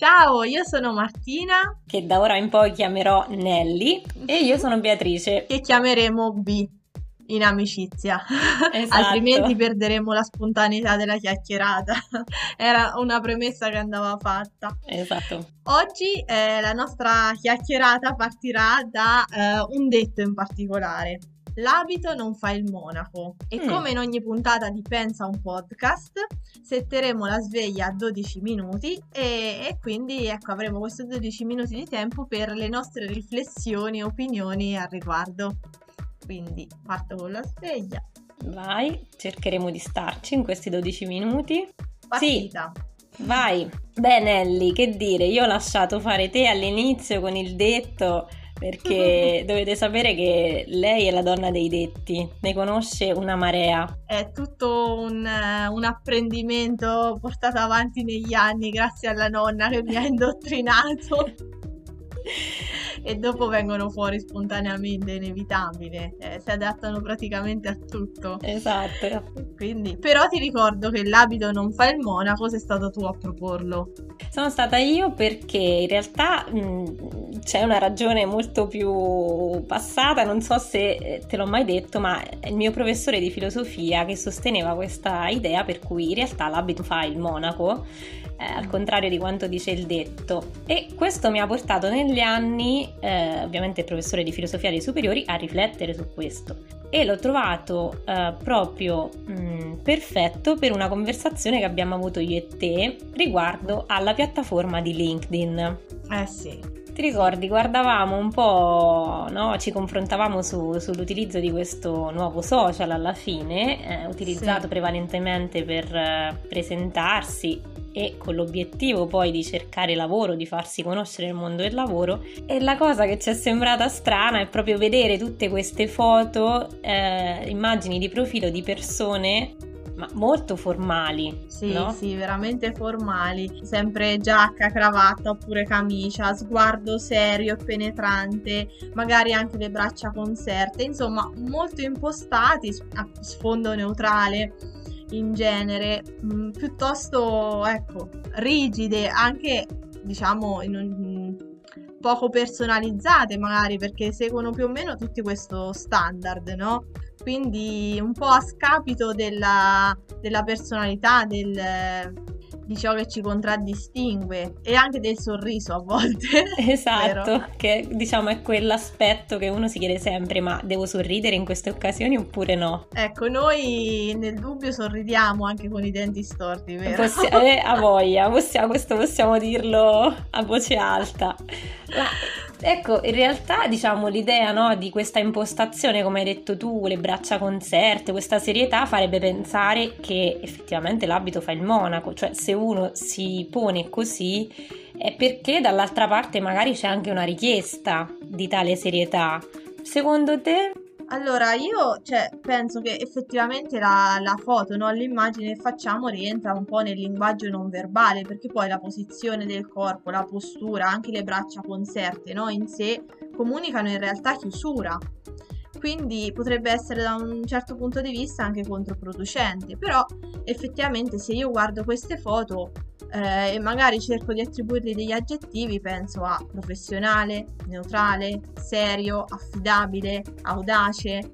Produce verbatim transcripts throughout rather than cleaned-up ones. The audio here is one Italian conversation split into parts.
Ciao, io sono Martina, che da ora in poi chiamerò Nelly, e io sono Beatrice. che chiameremo B in amicizia, altrimenti Esatto, perderemo la spontaneità della chiacchierata. Era una premessa che andava fatta. esatto. Oggi eh, la nostra chiacchierata partirà da eh, un detto in particolare. L'abito non fa il monaco e Mm, come in ogni puntata di Pensa un podcast setteremo la sveglia a dodici minuti e, e quindi ecco avremo questi dodici minuti di tempo per le nostre riflessioni e opinioni al riguardo. Quindi parto con la sveglia. vai, cercheremo di starci in questi dodici minuti. Sì, Partita. vai. Beh, Nelly, che dire, io ho lasciato fare te all'inizio con il detto perché dovete sapere che lei è la donna dei detti, ne conosce una marea. È tutto un, eh, un apprendimento portato avanti negli anni grazie alla nonna che mi ha indottrinato e dopo vengono fuori spontaneamente, inevitabile, eh, si adattano praticamente a tutto. Esatto. Quindi, però ti ricordo che l'abito non fa il monaco, sei stato tu a proporlo. Sono stata io perché in realtà mh, c'è una ragione molto più passata, non so se eh, te l'ho mai detto, ma è il mio professore di filosofia che sosteneva questa idea per cui in realtà l'abito fa il monaco, eh, al contrario di quanto dice il detto. E questo mi ha portato negli anni, eh, ovviamente il professore di filosofia dei superiori, a riflettere su questo. E l'ho trovato eh, proprio mh, perfetto per una conversazione che abbiamo avuto io e te riguardo alla piattaforma di LinkedIn. Eh sì. Ti ricordi, guardavamo un po', no? Ci confrontavamo su- sull'utilizzo di questo nuovo social alla fine, eh, utilizzato Sì. prevalentemente per eh, presentarsi e con l'obiettivo poi di cercare lavoro, di farsi conoscere il mondo del lavoro. E la cosa che ci è sembrata strana è proprio vedere tutte queste foto, eh, immagini di profilo di persone ma molto formali, Sì, no? sì, veramente formali, sempre giacca, cravatta oppure camicia, sguardo serio e penetrante, magari anche le braccia conserte, insomma, molto impostati, s- a sfondo neutrale in genere, mh, piuttosto, ecco, rigide, anche, diciamo, in un- poco personalizzate magari, perché seguono più o meno tutti questo standard, no? Quindi un po' a scapito della della personalità, del, di ciò che ci contraddistingue e anche del sorriso a volte, vero? Esatto, che diciamo è quell'aspetto che uno si chiede sempre, ma devo sorridere in queste occasioni oppure no? Ecco, noi nel dubbio sorridiamo anche con i denti storti, vero? Possi- eh, a voglia, possiamo, questo possiamo dirlo a voce alta. Ma ecco, in realtà diciamo l'idea, no, di questa impostazione, come hai detto tu, le braccia conserte, questa serietà farebbe pensare che effettivamente l'abito fa il monaco, cioè se uno si pone così è perché dall'altra parte magari c'è anche una richiesta di tale serietà. Secondo te? Allora, io cioè, penso che effettivamente la, la foto, no, l'immagine che facciamo rientra un po' nel linguaggio non verbale, perché poi la posizione del corpo, la postura, anche le braccia conserte, no, in sé comunicano in realtà chiusura. Quindi potrebbe essere da un certo punto di vista anche controproducente, però effettivamente se io guardo queste foto eh, e magari cerco di attribuirgli degli aggettivi, penso a professionale, neutrale, serio, affidabile, audace,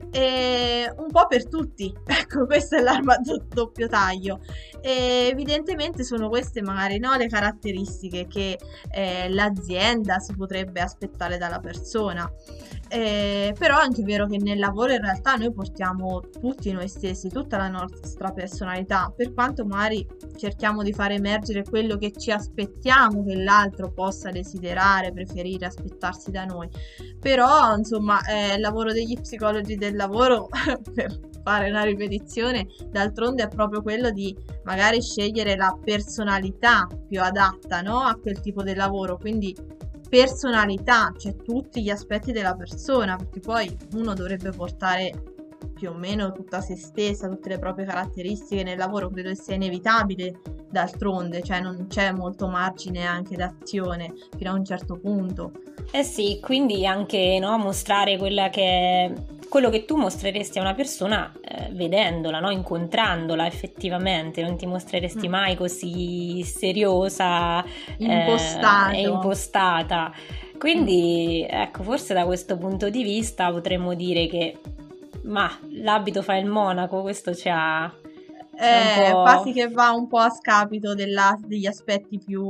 e un po' per tutti. Ecco, questa è l'arma a do- doppio taglio. E evidentemente sono queste magari no, le caratteristiche che eh, l'azienda si potrebbe aspettare dalla persona. Eh, però è anche vero che nel lavoro in realtà noi portiamo tutti noi stessi, tutta la nostra personalità, per quanto magari cerchiamo di far emergere quello che ci aspettiamo che l'altro possa desiderare, preferire, aspettarsi da noi. Però, insomma, eh, il lavoro degli psicologi del lavoro, per fare una ripetizione, d'altronde è proprio quello di magari scegliere la personalità più adatta, no? A quel tipo di lavoro. Quindi personalità, cioè tutti gli aspetti della persona, perché poi uno dovrebbe portare più o meno tutta se stessa, tutte le proprie caratteristiche nel lavoro, credo che sia inevitabile d'altronde, cioè non c'è molto margine anche d'azione fino a un certo punto. Eh sì, quindi anche no, mostrare quella che è quello che tu mostreresti a una persona eh, vedendola, no? Incontrandola effettivamente, non ti mostreresti Mm. mai così seriosa eh, Impostato. e impostata. Quindi, ecco, forse da questo punto di vista potremmo dire che, ma l'abito fa il monaco, questo ci ha, ci ha un Eh, po'... quasi che va un po' a scapito della- degli aspetti più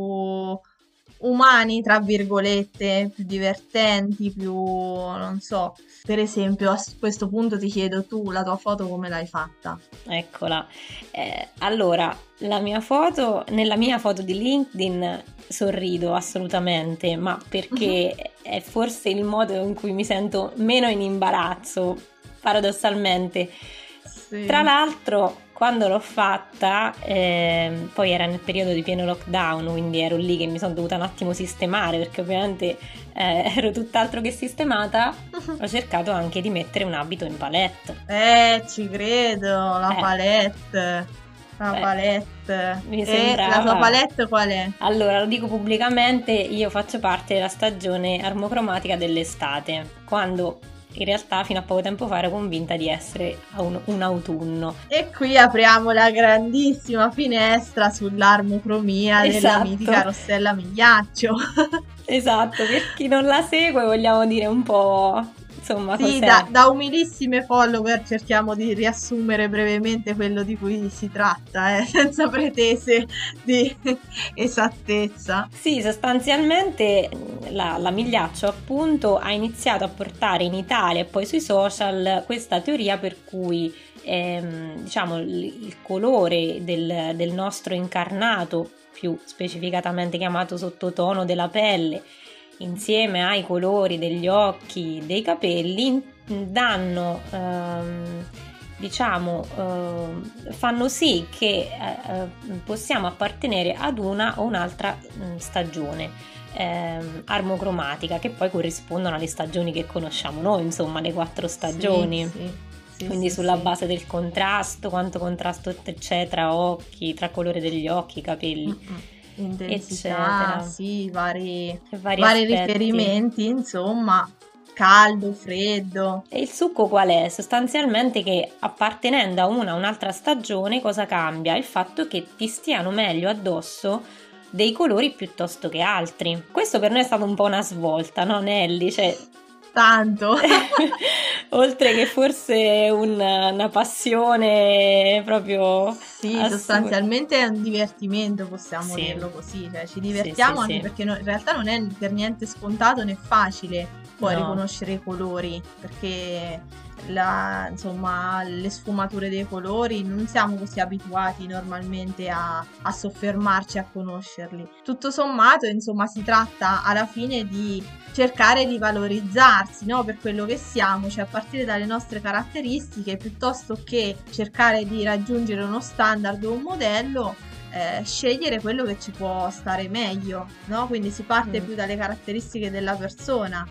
umani, tra virgolette, più divertenti, più, non so. Per esempio, a s- questo punto ti chiedo tu, la tua foto come l'hai fatta? Eccola. Eh, allora, la mia foto, nella mia foto di LinkedIn sorrido assolutamente, ma perché è forse il modo in cui mi sento meno in imbarazzo, paradossalmente. Sì. Tra l'altro, quando l'ho fatta, ehm, poi era nel periodo di pieno lockdown, quindi ero lì che mi sono dovuta un attimo sistemare, perché ovviamente eh, ero tutt'altro che sistemata. Ho cercato anche di mettere un abito in palette. Eh, ci credo, la Eh. palette, la Eh, palette. mi E la tua sembrava... palette qual è? Allora, lo dico pubblicamente, io faccio parte della stagione armocromatica dell'estate, quando in realtà fino a poco tempo fa ero convinta di essere un, un autunno. E qui apriamo la grandissima finestra sull'armocromia della Esatto. mitica Rossella Migliaccio. Esatto, per chi non la segue vogliamo dire un po', insomma, Sì, cos'è. da, da umilissime follower cerchiamo di riassumere brevemente quello di cui si tratta, eh, senza pretese di esattezza. Sì, sostanzialmente la, la Migliaccio appunto ha iniziato a portare in Italia e poi sui social questa teoria per cui ehm, diciamo il, il colore del, del nostro incarnato, più specificatamente chiamato sottotono della pelle, insieme ai colori degli occhi, dei capelli, danno, ehm, diciamo, eh, fanno sì che eh, possiamo appartenere ad una o un'altra mh, stagione ehm, armocromatica, che poi corrispondono alle stagioni che conosciamo noi, insomma, le quattro stagioni. Sì, sì, sì, Quindi sì, sulla sì. base del contrasto, quanto contrasto c'è tra occhi, tra colore degli occhi, capelli, Mm-mm. Intensità, eccetera. sì, vari, E vari vari aspetti. riferimenti, insomma, caldo, freddo. E il succo qual è? Sostanzialmente che appartenendo a una o un'altra stagione cosa cambia? Il fatto che ti stiano meglio addosso dei colori piuttosto che altri. Questo per noi è stato un po' una svolta, no Nelly? Cioè, Tanto. oltre che forse un- una passione proprio Sì, assurda. sostanzialmente è un divertimento, possiamo Sì. dirlo così, cioè ci Sì, divertiamo sì, anche sì. perché no- in realtà non è per niente scontato né facile poi No. riconoscere i colori, perché la- insomma, le sfumature dei colori non siamo così abituati normalmente a, a soffermarci a conoscerli. Tutto sommato, insomma, si tratta alla fine di cercare di valorizzarsi, no, per quello che siamo, cioè a partire dalle nostre caratteristiche, piuttosto che cercare di raggiungere uno standard o un modello, eh, scegliere quello che ci può stare meglio, no? Quindi si parte Mm. più dalle caratteristiche della persona,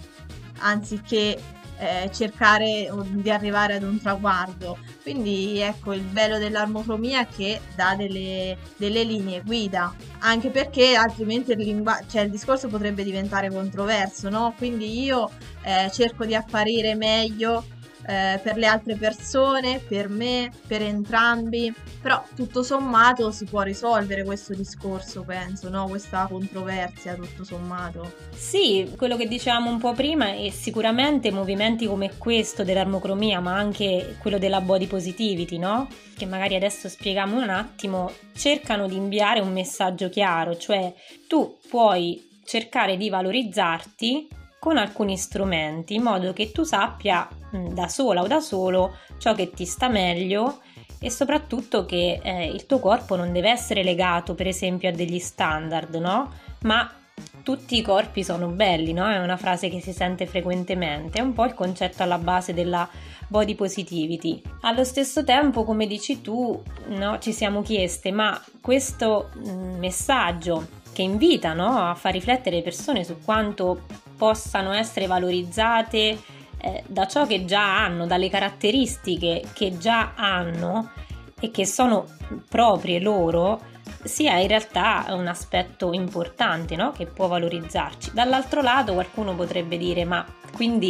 anziché eh, cercare o di arrivare ad un traguardo. Quindi ecco, il bello dell'armocromia è che dà delle, delle linee guida, anche perché altrimenti il, lingua- cioè, il discorso potrebbe diventare controverso, no? Quindi io eh, cerco di apparire meglio eh, per le altre persone, per me, per entrambi, però tutto sommato si può risolvere questo discorso, penso, no? Questa controversia, tutto sommato. Sì, quello che dicevamo un po' prima è sicuramente movimenti come questo dell'armocromia, ma anche quello della body positivity, no? Che magari adesso spieghiamo un attimo, cercano di inviare un messaggio chiaro, cioè tu puoi cercare di valorizzarti con alcuni strumenti in modo che tu sappia mh, da sola o da solo ciò che ti sta meglio e soprattutto che eh, il tuo corpo non deve essere legato per esempio a degli standard, no? Ma tutti i corpi sono belli, no? È una frase che si sente frequentemente, è un po' il concetto alla base della body positivity. Allo stesso tempo, come dici tu, no, ci siamo chieste, ma questo mh, messaggio che invita, no, a far riflettere le persone su quanto possano essere valorizzate eh, da ciò che già hanno, dalle caratteristiche che già hanno e che sono proprie loro, sia in realtà un aspetto importante, no? Che può valorizzarci. Dall'altro lato qualcuno potrebbe dire ma quindi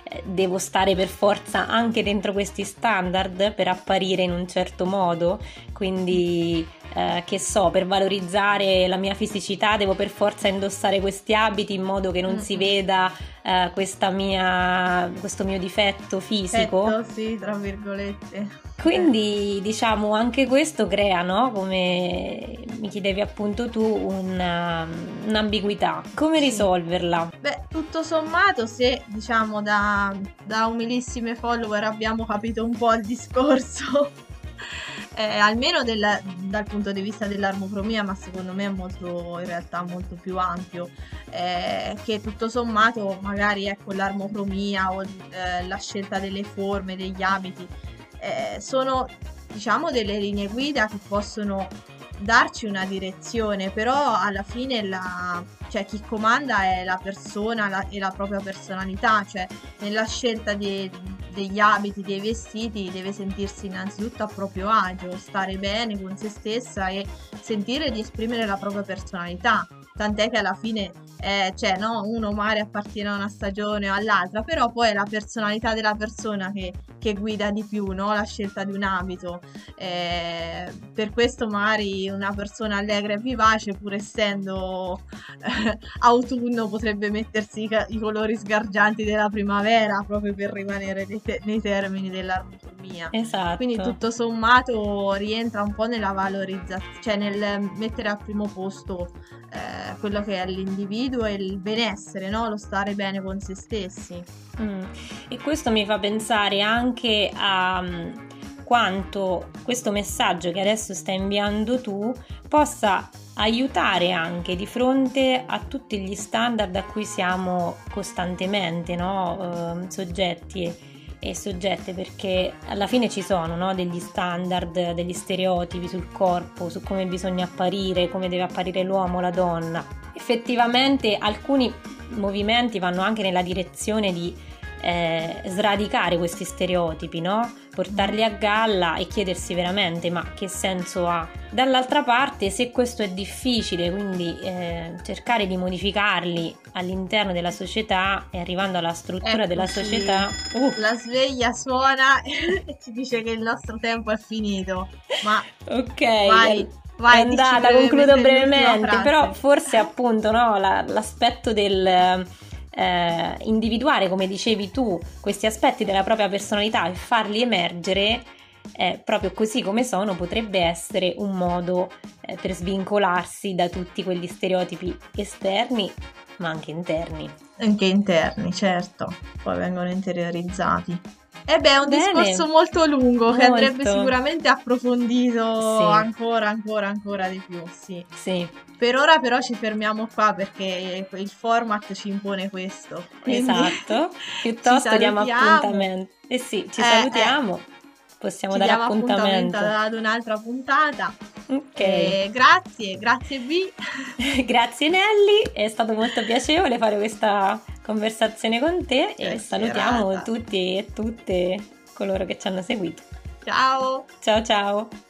eh, devo stare per forza anche dentro questi standard per apparire in un certo modo, quindi eh, che so, per valorizzare la mia fisicità devo per forza indossare questi abiti in modo che non Mm, si mm. veda eh, questa mia, questo mio difetto fisico. Petto, sì, tra virgolette. Eh. Quindi diciamo anche questo crea, no? Come mi chiedevi appunto tu, una- un'ambiguità. Come Sì. risolverla? Beh, tutto sommato, se diciamo da, da umilissime follower abbiamo capito un po' il discorso, eh, almeno del- dal punto di vista dell'armocromia, ma secondo me è molto, in realtà molto più ampio, eh, che tutto sommato magari ecco l'armocromia o eh, la scelta delle forme, degli abiti, eh, sono diciamo delle linee guida che possono darci una direzione, però alla fine la, cioè, chi comanda è la persona la- e la propria personalità, cioè nella scelta de- degli abiti, dei vestiti, deve sentirsi innanzitutto a proprio agio, stare bene con se stessa e sentire di esprimere la propria personalità. Tant'è che alla fine, eh, cioè, no, uno magari appartiene a una stagione o all'altra, però poi è la personalità della persona che, che guida di più, no? La scelta di un abito. Eh, per questo magari una persona allegra e vivace, pur essendo eh, autunno, potrebbe mettersi i, ca- i colori sgargianti della primavera proprio per rimanere nei, te- nei termini dell'armocromia. Quindi Esatto. tutto sommato rientra un po' nella valorizzazione, cioè nel mettere al primo posto eh, quello che è l'individuo e il benessere, no? Lo stare bene con se stessi. Mm. E questo mi fa pensare anche a mm, quanto questo messaggio che adesso stai inviando tu possa aiutare anche di fronte a tutti gli standard a cui siamo costantemente, no, eh, soggetti e soggette, perché alla fine ci sono, no, degli standard, degli stereotipi sul corpo, su come bisogna apparire, come deve apparire l'uomo, la donna. Effettivamente alcuni movimenti vanno anche nella direzione di eh, sradicare questi stereotipi, no? Portarli a galla e chiedersi veramente ma che senso ha. Dall'altra parte, se questo è difficile, quindi eh, cercare di modificarli all'interno della società e arrivando alla struttura della Eccoci, società, uh, la sveglia suona e ci dice che il nostro tempo è finito. Ma ok, vai, è vai, dici andata, concludo brevemente l'ultima brevemente, però frase. forse appunto, no, la- l'aspetto del eh, individuare, come dicevi tu, questi aspetti della propria personalità e farli emergere eh, proprio così come sono, potrebbe essere un modo eh, per svincolarsi da tutti quegli stereotipi esterni, ma anche interni. Anche interni, certo, poi vengono interiorizzati. E beh, è un Bene, discorso molto lungo che andrebbe molto. sicuramente approfondito Sì, ancora, ancora, ancora di più, sì. sì, Per ora però ci fermiamo qua perché il format ci impone questo. Quindi esatto. ci Piuttosto diamo salutiamo. appuntamento. Eh sì, ci Eh, eh, salutiamo. Possiamo ci dare diamo appuntamento appuntamento. ad un'altra puntata. Ok. E grazie, grazie B. Grazie Nelly, è stato molto piacevole fare questa conversazione con te e salutiamo Chiacchierata. tutti e tutte coloro che ci hanno seguito. Ciao. Ciao ciao!